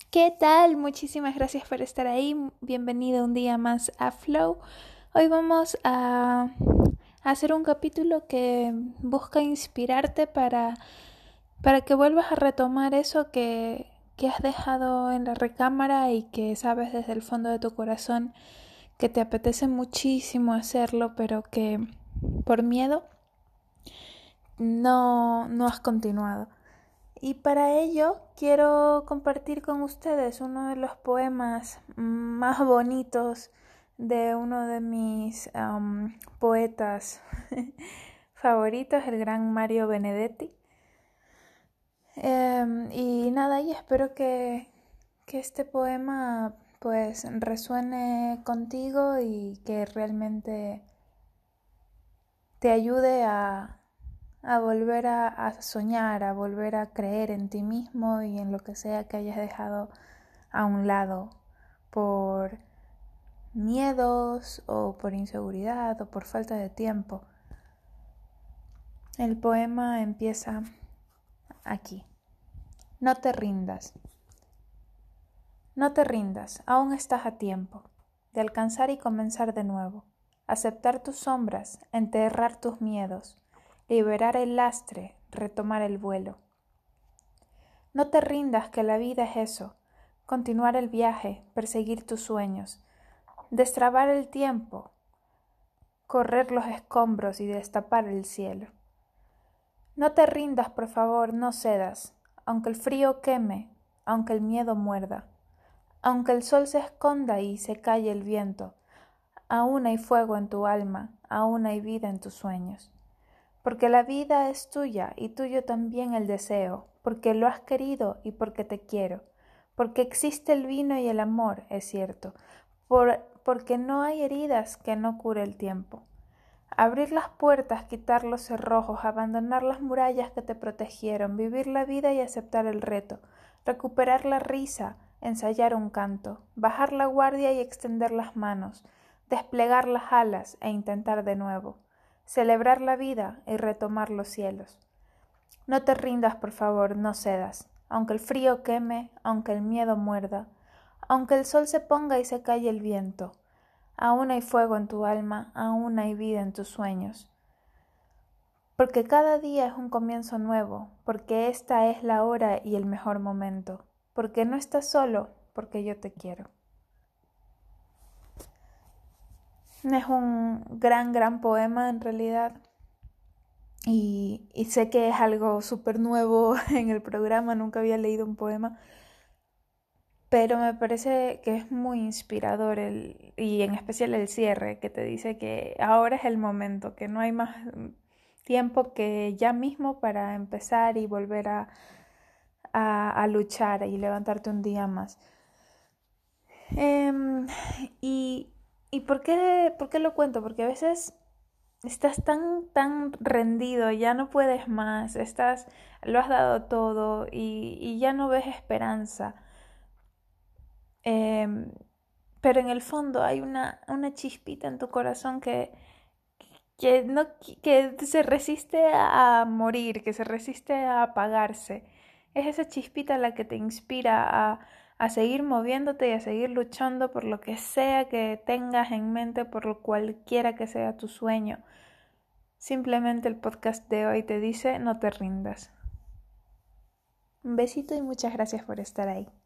¿Qué tal? Muchísimas gracias por estar ahí. Bienvenido un día más a Flow. Hoy vamos a hacer un capítulo que busca inspirarte para que vuelvas a retomar eso que has dejado en la recámara y que sabes desde el fondo de tu corazón que te apetece muchísimo hacerlo, pero que por miedo no has continuado. Y para ello quiero compartir con ustedes uno de los poemas más bonitos de uno de mis poetas favoritos, el gran Mario Benedetti. Y nada, y espero que este poema pues resuene contigo y que realmente te ayude a volver a soñar, a volver a creer en ti mismo y en lo que sea que hayas dejado a un lado por miedos o por inseguridad o por falta de tiempo. El poema empieza aquí. No te rindas. No te rindas, aún estás a tiempo de alcanzar y comenzar de nuevo, aceptar tus sombras, enterrar tus miedos, liberar el lastre, retomar el vuelo. No te rindas, que la vida es eso, continuar el viaje, perseguir tus sueños, destrabar el tiempo, correr los escombros y destapar el cielo. No te rindas, por favor, no cedas, aunque el frío queme, aunque el miedo muerda, aunque el sol se esconda y se calle el viento, aún hay fuego en tu alma, aún hay vida en tus sueños. Porque la vida es tuya y tuyo también el deseo, porque lo has querido y porque te quiero, porque existe el vino y el amor, es cierto, porque no hay heridas que no cure el tiempo. Abrir las puertas, quitar los cerrojos, abandonar las murallas que te protegieron, vivir la vida y aceptar el reto, recuperar la risa, ensayar un canto, bajar la guardia y extender las manos, desplegar las alas e intentar de nuevo, celebrar la vida y retomar los cielos. No te rindas, por favor, no cedas, aunque el frío queme, aunque el miedo muerda, aunque el sol se ponga y se calle el viento. Aún hay fuego en tu alma, aún hay vida en tus sueños. Porque cada día es un comienzo nuevo, porque esta es la hora y el mejor momento, porque no estás solo, porque yo te quiero. Es un gran poema en realidad y sé que es algo súper nuevo en el programa, nunca había leído un poema, pero me parece que es muy inspirador y en especial el cierre que te dice que ahora es el momento, que no hay más tiempo que ya mismo para empezar y volver a luchar y levantarte un día más. Y por qué lo cuento? Porque a veces estás tan rendido, ya no puedes más, lo has dado todo y ya no ves esperanza. Pero en el fondo hay una chispita en tu corazón que, no, que se resiste a morir, que se resiste a apagarse. Es esa chispita la que te inspira a seguir moviéndote y a seguir luchando por lo que sea que tengas en mente, por lo cualquiera que sea tu sueño. Simplemente el podcast de hoy te dice: no te rindas. Un besito y muchas gracias por estar ahí.